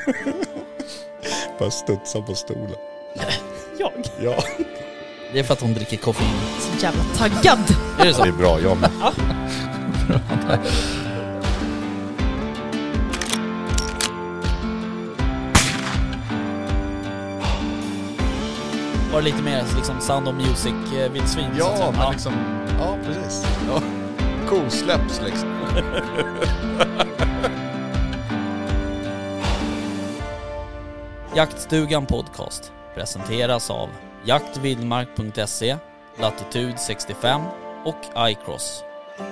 Bara studsa på stolen. Jag? Ja. Det är för att hon dricker koffein. Så jävla taggad. Är det så? Det är bra, jag med. Ja. Var det lite mer liksom Sound of Music-vildsvin? Ja, men liksom... Ja, precis. Ja. Kosläpps liksom. Jaktstugan podcast presenteras av jaktvildmark.se, Latitude 65 och iCross.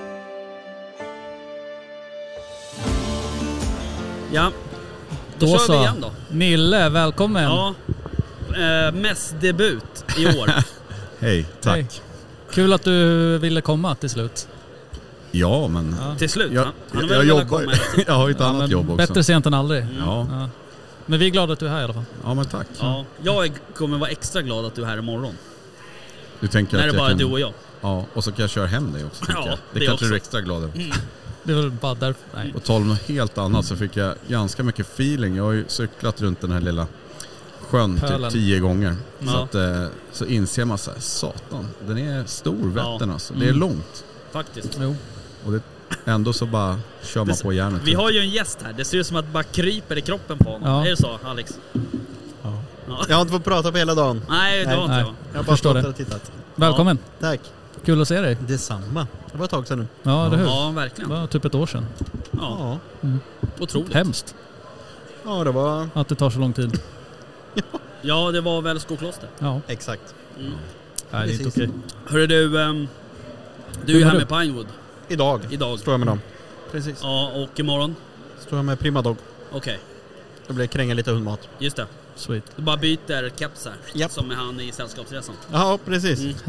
Ja, då Då kör så. vi igen då. Nille, välkommen. Ja, mässdebut i år. Hej, tack. Hej. Kul att du ville komma till slut. Ja, men Till slut, jag, va? Han har jag väl velat jobbar. komma hela tiden. Jag har ju ett annat men jobb också. bättre sent än aldrig. Ja. Ja. Men vi är glada att du är här i alla fall. Ja, men tack. Ja, jag kommer vara extra glad att du är här imorgon. Du tänker När att det jag bara är kan... du och jag. Ja, och så kan jag köra hem dig också. Ja, jag. det Det kanske också. du är extra glad över. Det är väl bara därför. Nej. Och tal om något helt annat så fick jag ganska mycket feeling. Jag har ju cyklat runt den här lilla sjön Pölen. typ 10 gånger. Ja. Så, att, så inser man så här, satan, den är stor, Vättern alltså. Det är Mm. långt. Faktiskt. Jo. Och det, ändå så bara kör man på järnet. Vi har ju en gäst här. Det ser ut som att det bara kryper i kroppen på honom. Ja. Är det så, Alex? Ja. Ja. Jag har inte fått prata på hela dagen. Nej, det var inte Nej. jag. Jag har bara Förstår stått det. och tittat. Välkommen. Tack. Kul att se dig. Detsamma. Det var ett tag sedan nu. Ja, eller hur? Ja, Det verkligen. var typ ett år sedan. Ja, Ja. otroligt. Hemskt Ja, det var att det tar så lång tid. Ja, det var väl Skokloster. Ja, exakt. Mm. nej, det är inte Precis. okej. Hörru du, du är Hur ju mår här du? med Pinewood Idag idag. står jag med dem. Precis. Ja, och imorgon? Står jag med Prima Dog. Okej, Det blir kränga lite hundmat. just det. Sweet. Du bara byter kepsar, Japp. som med han i Sällskapsresan. Ja, precis. Mm.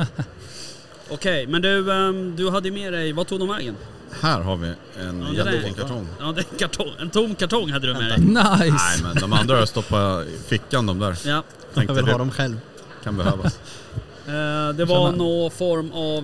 Okej, men du hade med dig, vad tog de vägen? Här har vi en Ja, det där- jättefin kartong. Ja, det är en kartong. En tom kartong hade du med dig. Nice. Nej, men de andra har jag stoppat i fickan, de där. Ja, Tänkte Jag vill det ha dem själv. kan behövas. det var Känna. någon form av,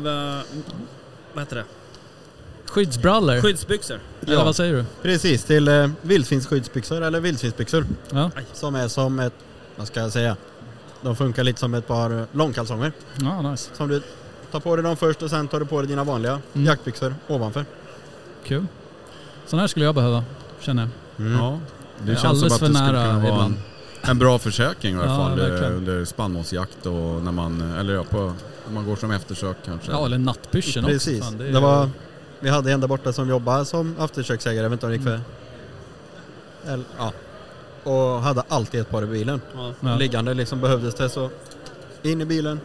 vad heter det? Skyddsbrallor. Skyddsbyxor. Eller vad säger du? Precis, till vildsvinsskyddsbyxor eller vildsvinsbyxor. Ja, Som är som ett, vad ska jag säga? De funkar lite som ett par långkalsonger. ja nice. Som du tar på dig dem först och sen tar du på dig dina vanliga jaktbyxor ovanför. Kul. Sån här skulle jag behöva, känner jag. Ja, det är känns som alldeles att för det skulle nära kunna vara ibland. en bra försäkring i alla Ja, fall verkligen. under spannmålsjakt och när man, eller ja, om man går som eftersök kanske. Ja, eller nattpyschen Precis. också. Fan, Det var, vi hade en där borta som jobbade som eftersöksägare, jag vet inte om det gick för. Ja. Och hade alltid ett par i bilen. Ja. Ja. Liggande liksom behövdes det, så in i bilen.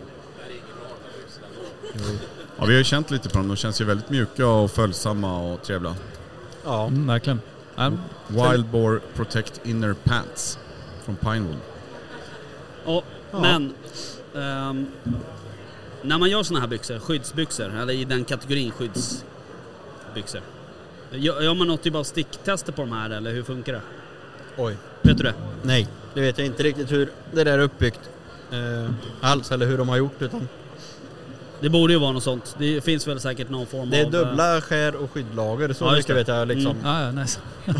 Ja, vi har ju känt lite på dem, de känns ju väldigt mjuka och följsamma och trevliga. Ja. Verkligen. Ja, Wild Boar Protect Inner Pants från Pinewood. Ja, men när man gör såna här byxor, skyddsbyxor, eller i den kategorin skyddsbyxor, gör man något typ av sticktester på de här, eller hur funkar det? Oj. Vet du det? Nej, det vet jag inte riktigt hur det där är uppbyggt alls, eller hur de har gjort, utan Det borde ju vara något sånt. Det finns väl säkert någon form det är av... dubbla skär och skyddlager, så Ja, just mycket det. vet jag liksom. ja, nice.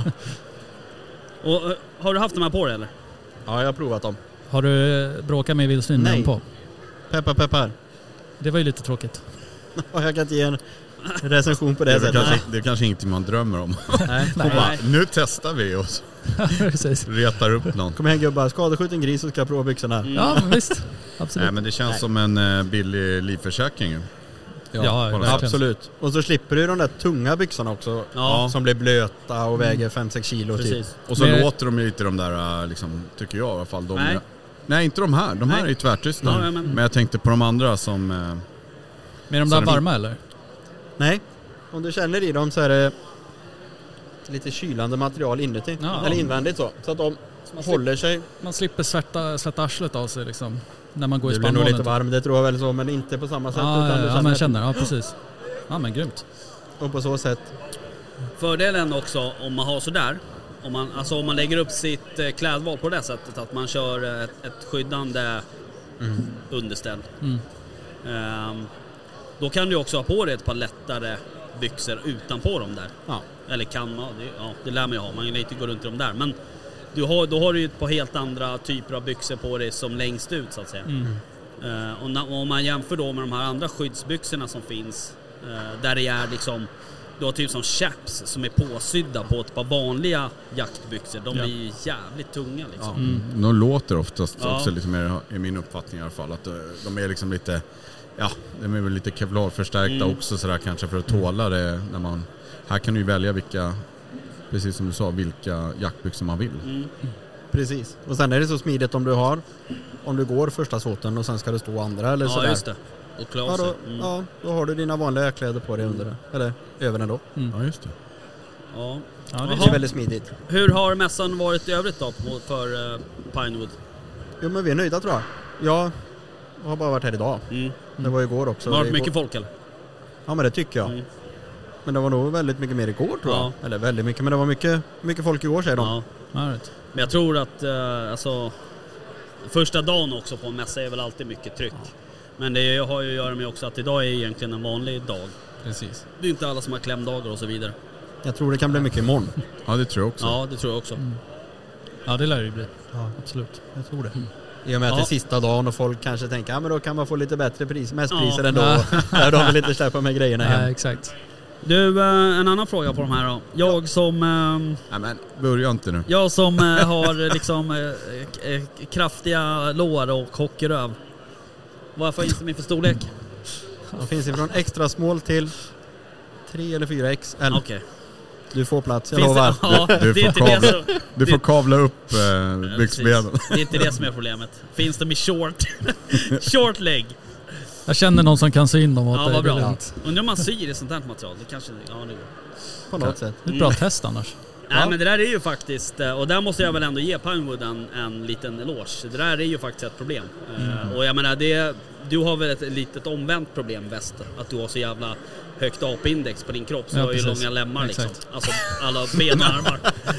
Och, har du haft de här på dig, eller? Ja, jag har provat dem. Har du bråkat med vildsvin med Nej. dem på? Peppar, peppar. Det var ju lite tråkigt. Och jag kan inte ge en recension på Det det är, väl sättet. kanske, det är kanske inget man drömmer om. Nej. Och bara, nu testar vi oss. Precis. Retar upp någon. Kom igen gubbar, skadeskjuten gris så ska jag prova byxorna här. Ja, men visst. Absolut. Nej, men det känns som en billig livförsäkring. Ja, bara- verkligen. Absolut. Och så slipper du de där tunga byxorna också. Ja. Som blir blöta och väger 5-6 kilo typ. Precis. Och så Men- låter de ju lite de där, liksom, tycker jag i alla fall. Nej. Nej, inte de här. De här Nej. är ju tvärtysta. Ja, men jag tänkte på de andra som... Med de Så där de- varma eller? Nej, om du känner i dem så är det lite kylande material inuti. Ja. Eller invändigt så. Så att de håller sig. Man slipper svetta arslet av sig liksom. När man går i Det blir nog spannmålen. lite varm, det tror jag väl så, men inte på samma sätt. Ja, utan du ja, men jag känner. Ja, precis. Ja, men grymt. Och på så sätt. Fördelen också om man har sådär, om man lägger upp sitt klädval på det sättet, att man kör ett skyddande underställ. Då kan du också ha på dig ett par lättare byxor utanpå dem där. Ja. Eller kan man, det lär man ju ha, man kan inte gå runt i dem där. Men då har du ju ett par helt andra typer av byxor på dig som längst ut så att säga. Och om man jämför då med de här andra skyddsbyxorna som finns, där det är liksom, du har typ som chaps som är påsydda på ett par vanliga jaktbyxor. De är ju jävligt tunga liksom. De låter oftast också lite mer, i min uppfattning i alla fall, att de är liksom lite, de är väl lite kevlarförstärkta också sådär kanske för att tåla det när man, här kan du ju välja vilka, precis som du sa, vilka jaktbyxor man vill. Precis. Och sen är det så smidigt om du går första såten och sen ska det stå andra eller sådär. Ja, just det. Och klä sig. Då har du dina vanliga kläder på dig under det. Eller över den då. Ja, just det. Ja. Det är väldigt smidigt. Hur har mässan varit i övrigt då för Pinewood? Jo, men vi är nöjda tror jag. Jag har bara varit här idag. Det var igår också. Har det varit mycket folk eller? Ja, men det tycker jag. Men det var nog väldigt mycket mer igår tror jag. Eller väldigt mycket, men det var mycket folk igår säger de. Men jag tror att alltså, första dagen också på en mässa är väl alltid mycket tryck. Men det har ju att göra med också att idag är egentligen en vanlig dag. Precis. Det är inte alla som har klämdagar och så vidare. Jag tror det kan bli mycket imorgon. Ja, det tror jag också. Ja, det tror jag också. Ja, det lär det ju bli. Ja, absolut. Jag tror det. I och med att det är sista dagen och folk kanske tänker men då kan man få lite bättre mässpriser ändå. Där de vill inte släppa med grejerna hem. Exakt. Du, en annan fråga på de här då. Jag som... Nej men, börja inte nu. Jag som har liksom kraftiga lår och hockeyröv. Vad finns det för storlek? Det finns ifrån extra small till 3 eller 4 XL. Okej. Du får plats, jag lovar. Du får kavla upp byxbenen. Det är inte det som är problemet. Finns de i short leg? Jag känner någon som kan sy in dem åt dig. Vad bra. Undrar om man syr i sånt här material. Det kanske, det går. På något sätt. Det är ett bra test annars. Nej, men det där är ju faktiskt, och där måste jag väl ändå ge Pinewood en liten eloge. Det där är ju faktiskt ett problem. Och jag menar, du har väl ett litet omvänt problem, väst, att du har så jävla högt AP-index på din kropp, så du har ju långa lemmar liksom. Alltså alla ben och armar.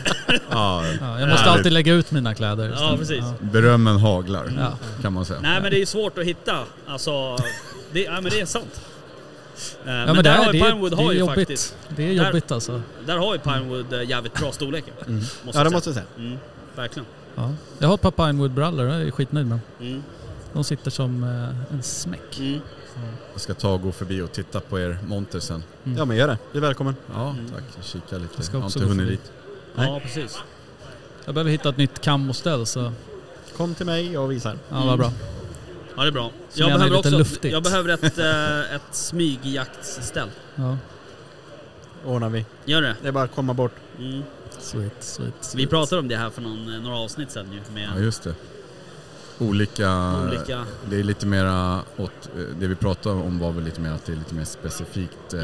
Jag måste alltid lägga ut mina kläder. Ja, precis. Berömmen haglar, kan man säga. Nej, men det är ju svårt att hitta. Alltså, men det är sant. Men där har ju Pinewood har ju jobbigt. Faktiskt. Det är jobbigt alltså. Där har ju Pinewood jävligt bra storlek. Ja, det måste jag säga. Verkligen. Ja. Jag har ett par Pinewood-brallor, jag är skitnöjd med. De sitter som en smäck. Jag ska ta och gå förbi och titta på er monter sen. Ja, men gör det. Du är välkommen. Ja, tack. Jag kikar lite. Jag ska jag har också inte gå hunnit förbi. dit. Ja, precis. Jag behöver hitta ett nytt kammoställ så... Kom till mig och visar. Ja, vad bra. Ja, det är bra. Jag behöver ett smygjaktställ. Ja. Ordnar vi. Gör det. Det är bara att komma bort. Sweet. Vi pratade om det här för några avsnitt sedan ju. Med Ja, just det. Olika. Det är lite mera åt, det vi pratade om var väl lite mer att det är lite mer specifikt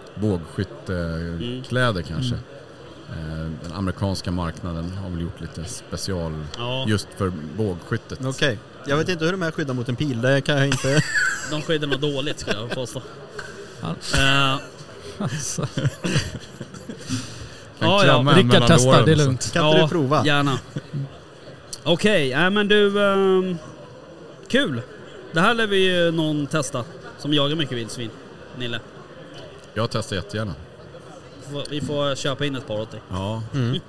bågskyttekläder kanske. Den amerikanska marknaden har väl gjort lite special just för bågskyttet. Okej. Jag vet inte hur de här skyddar mot en pil, det kan jag inte. De skyddar nog dåligt skulle jag påstå. Alltså. Rickard testar, det är lugnt. Kan inte du prova? Gärna. Okej, men du... kul. Det här lär vi ju någon testa som jagar mycket vildsvin, Nille. Jag testar jättegärna. Vi får köpa in ett par åt dig. Ja.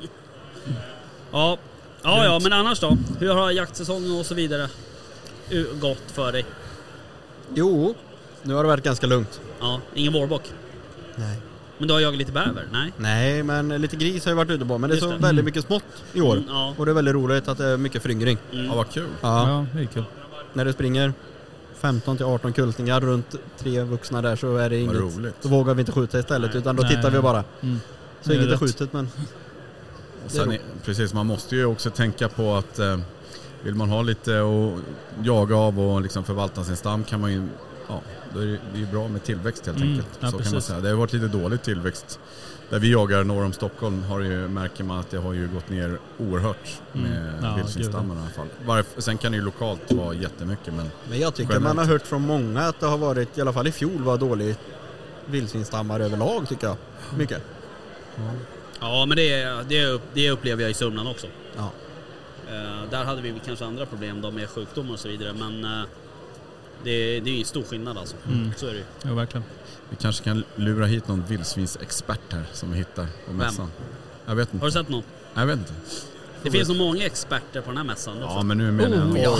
Ja, men annars då? Hur har jaktsäsongen och så vidare gått för dig? Jo, nu har det varit ganska lugnt. Ja, ingen vårbock? Nej. Men du har jagat lite bäver? Nej. Nej, men lite gris har jag varit ute på. Men det är så Just det. väldigt mycket smått i år. Och det är väldigt roligt att det är mycket föryngring. Ja, vad kul. Ja, det är kul. När det springer 15 till 18 kultingar runt 3 vuxna där så är det inget. Roligt. Då vågar vi inte skjuta istället utan då tittar vi bara. Så inget är skjutet, men... Och sen precis, man måste ju också tänka på att vill man ha lite och jaga av och liksom förvalta sin stam kan man ju, då är det ju bra med tillväxt helt enkelt. Så kan man säga. Det har varit lite dålig tillväxt. Där vi jagar norr om Stockholm märker man att det har ju gått ner oerhört med vildsvinsstammen i alla fall. Sen kan det ju lokalt vara jättemycket. Men jag tycker man har hört från många att det har varit, i alla fall i fjol, var dåligt vildsvinsstammar överlag tycker jag. Mycket. Ja, men det upplever jag i Sörmland också. Ja. Där hade vi kanske andra problem då med sjukdomar och så vidare, men det är ju stor skillnad alltså. Så är det ju. Ja, verkligen. Vi kanske kan lura hit någon vildsvinsexpert här som vi hittar på mässan. Jag vet inte. Har du sett någon? Jag vet inte. Det finns så många experter på den här mässan. Ja, men nu menar jag...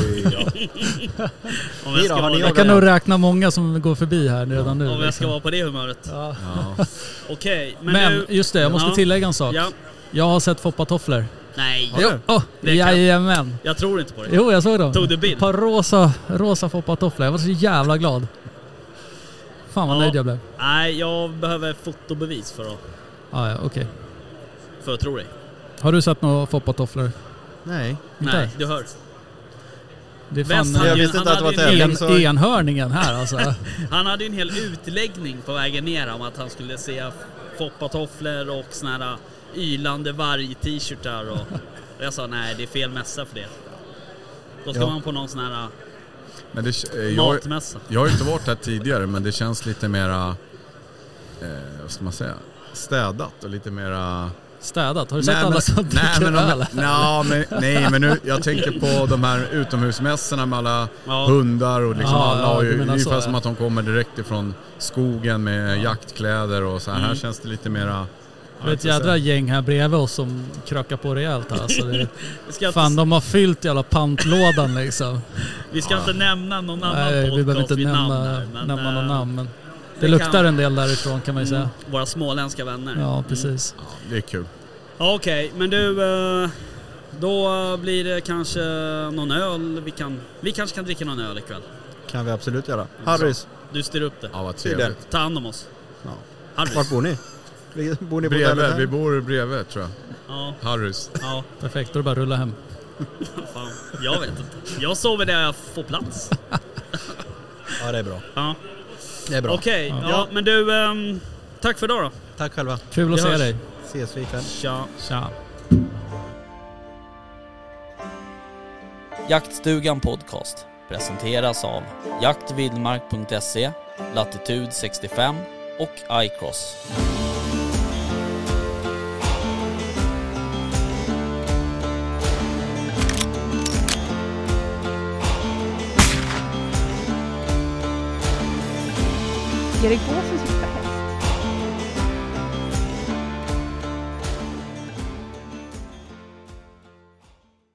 Om jag, ska vara, Jag kan nog räkna många som går förbi här redan nu. om jag ska vara på det humöret. Ja. Okej, Men nu... just det, jag måste tillägga en sak. Ja. Jag har sett foppatofflor. Nej. Jajamän. Jag tror inte på det. Jo, jag såg dem. Tog du bild? Ett par rosa foppatofflor. Jag var så jävla glad. Fan vad nöjd jag blev. Nej, jag behöver fotobevis för att Okej. för att tro dig. Har du sett några foppatofflor? Nej. Nej, du hör. Det är Väst fan Jag visste inte att det var tävling, så... enhörningen här alltså. Han hade ju en hel utläggning på vägen ner om att han skulle se foppatofflor och såna här ylande varg-t-shirtar och jag sa nej, det är fel mässa för det. Då ska man på någon sån här Men matmässa. Jag har ju inte varit här tidigare, men det känns lite mera vad ska man säga, städat och lite mera... Städat? Har du sett alla som dricker öl? Nej, men nu, jag tänker på de här utomhusmässorna med alla hundar och liksom alla och ungefär som att de kommer direkt ifrån skogen med jaktkläder och så här. Här känns det lite mera... Det är ett jädra gäng här bredvid oss som krökar på rejält här. Alltså det, fan, inte... de har fyllt jävla pantlådan liksom. Vi ska inte nämna någon annan podcast. Vi behöver inte nämna någon namn, men det luktar en del därifrån kan man ju säga. Våra småländska vänner. Ja, precis. Ja, det är kul. Okej, men du, då blir det kanske någon öl. Vi kanske kan dricka någon öl ikväll. Kan vi absolut göra. Harrys. Du styr upp det. Ja, vad trevligt. Ta hand om oss. Ja. Harrys. Vart bor ni? Bor ni på Bredvid, vi bor bredvid tror jag. Ja. Harrys. Ja. Perfekt, då är det bara att rulla hem. Fan, jag vet inte. Jag sover där jag får plats. Ja, det är bra. Ja. Det är bra. Okej, men du, tack för idag då. Tack själva. Kul att se dig. Ses vi ikväll. Tja. Jaktstugan Podcast presenteras av jaktvildmark.se, Latitude 65 och iCross. Erik Gåsen sitter här.